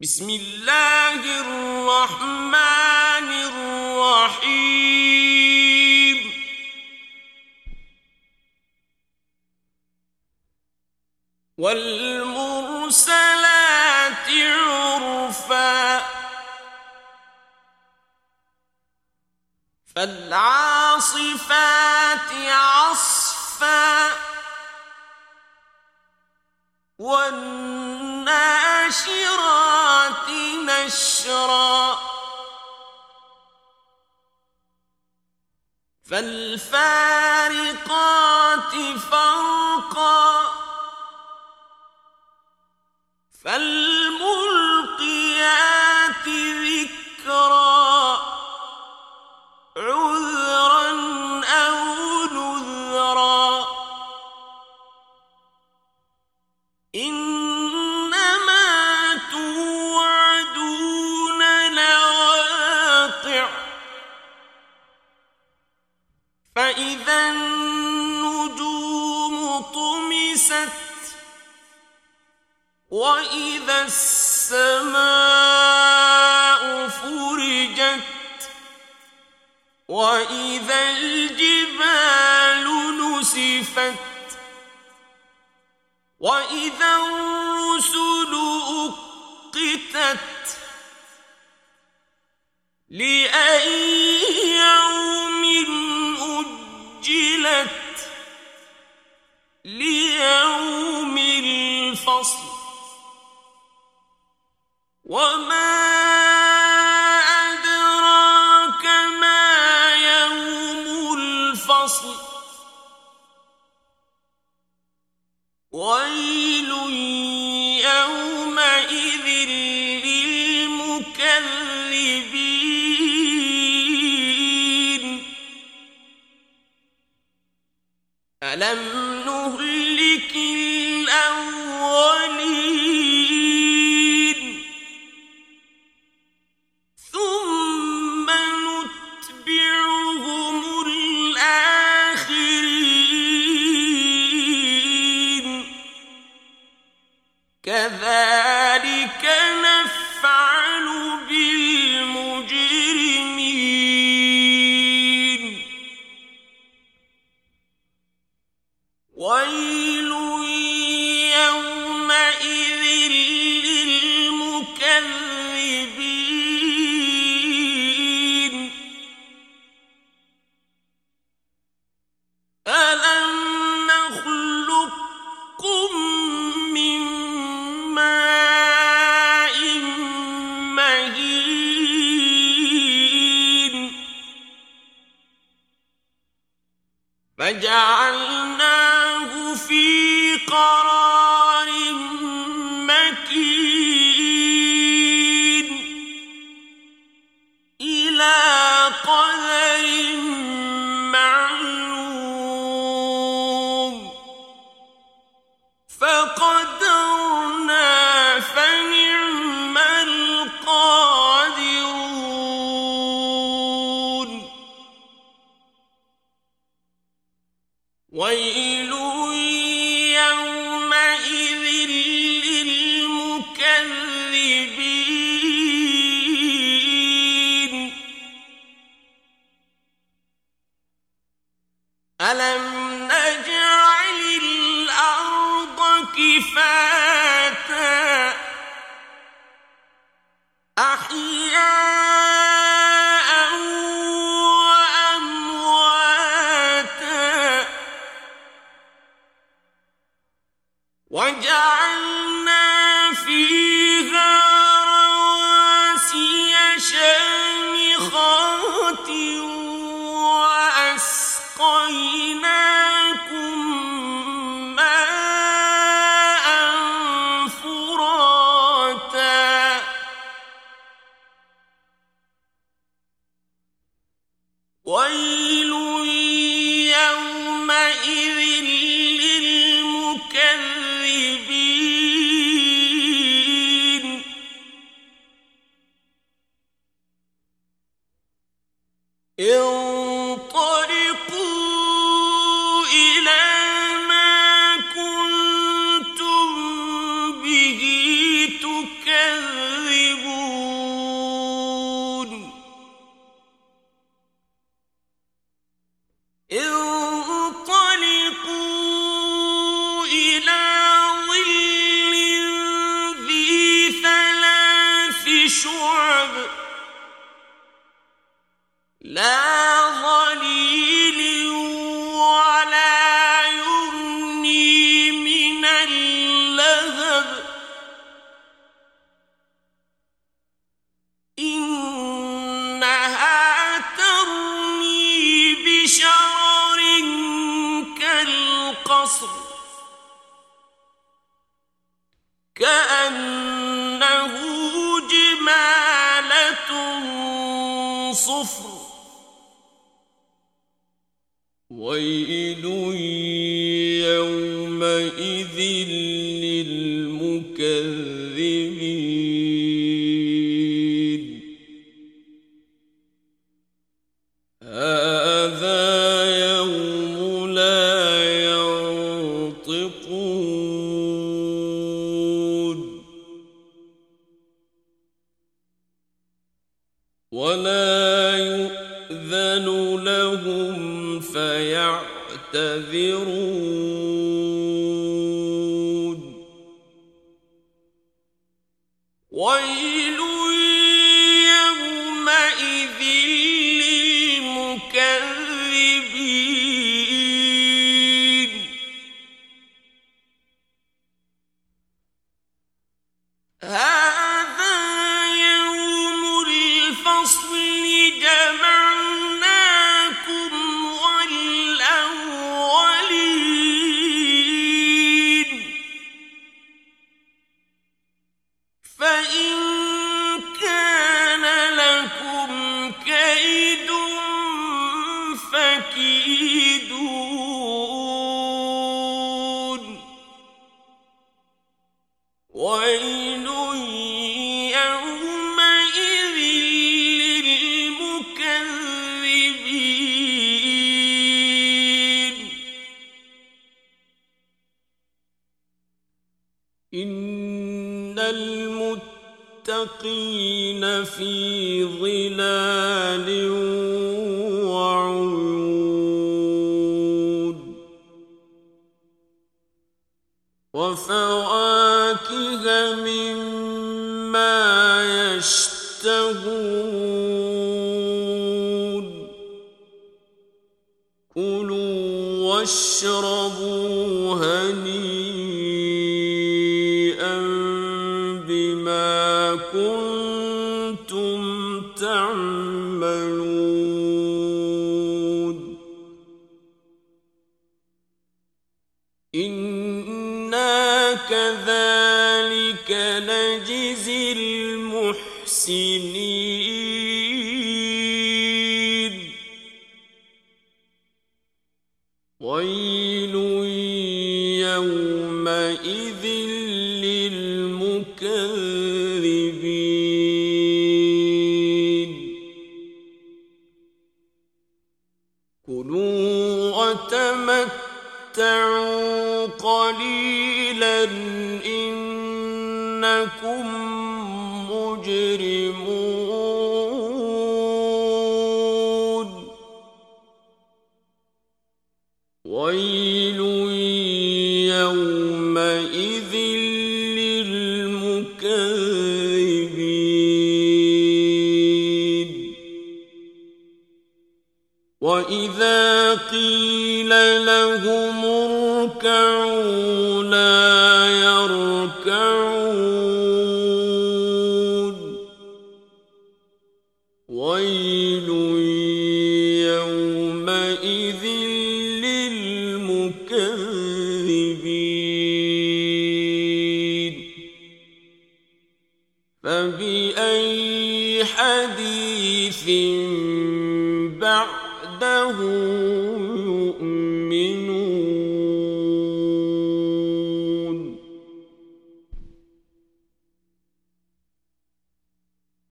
بسم الله الرحمن الرحيم والمرسلات عرفا فالعاصفات عصفا والناشرات نشرا فالفارقات فرقا فالملقيات ذكرا عذرا أو نذرا إنما توعدون لواقع فإذا النجوم طمست وإذا السماء فرجت وإذا الجبال نسفت وإذا الرسل أقتت لأي يوم أجلت ليوم الفصل وما أدراك ما يوم الفصل ويل يومئذ للمكذبين ألم نهلك الأولين ثم نتبعهم الآخرين كذلك نفعل بالمجرمين ويل يومئذ للمكذبين ألم نخلقكم من ماء مهين فجعلناه في قرار مكين إلى قدر معلوم فقدرنا فنعم القادرون ويل يومئذ للمكذبين ألم نجعل الأرض كفاتا أحياء وأمواتا وجعلنا فيها رواسي شامخات وأسقيناكم ماء فراتا شعب لا ظليل ولا يغني من اللهب إنها ترمي بشرر كالقصر كأنه جمالة صفر ويل يومئذ للمكذبين هذا يوم لا ينطقون ولا يؤذن لهم فيعتذرون ويل يومئذ للمكذبين هذا يوم الفصل جمعناكم والأولين فإن كان لكم كيد فكيدون ويل يومئذ للمكذبين إن المتقين في ظلال وعيون وفواكه مما يشتهون كلوا واشربوا هنيئا بما كنتم تعملون إنا كذلك نجزي المحسنين ويل يومئذ للمكذبين كلوا وتمتعوا قليلا إنكم مجرمون ويل يومئذ للمكذبين وإذا قيل لهم اركعوا لا يركعون ويل يومئذ للمكذبين فبأي حديث بعده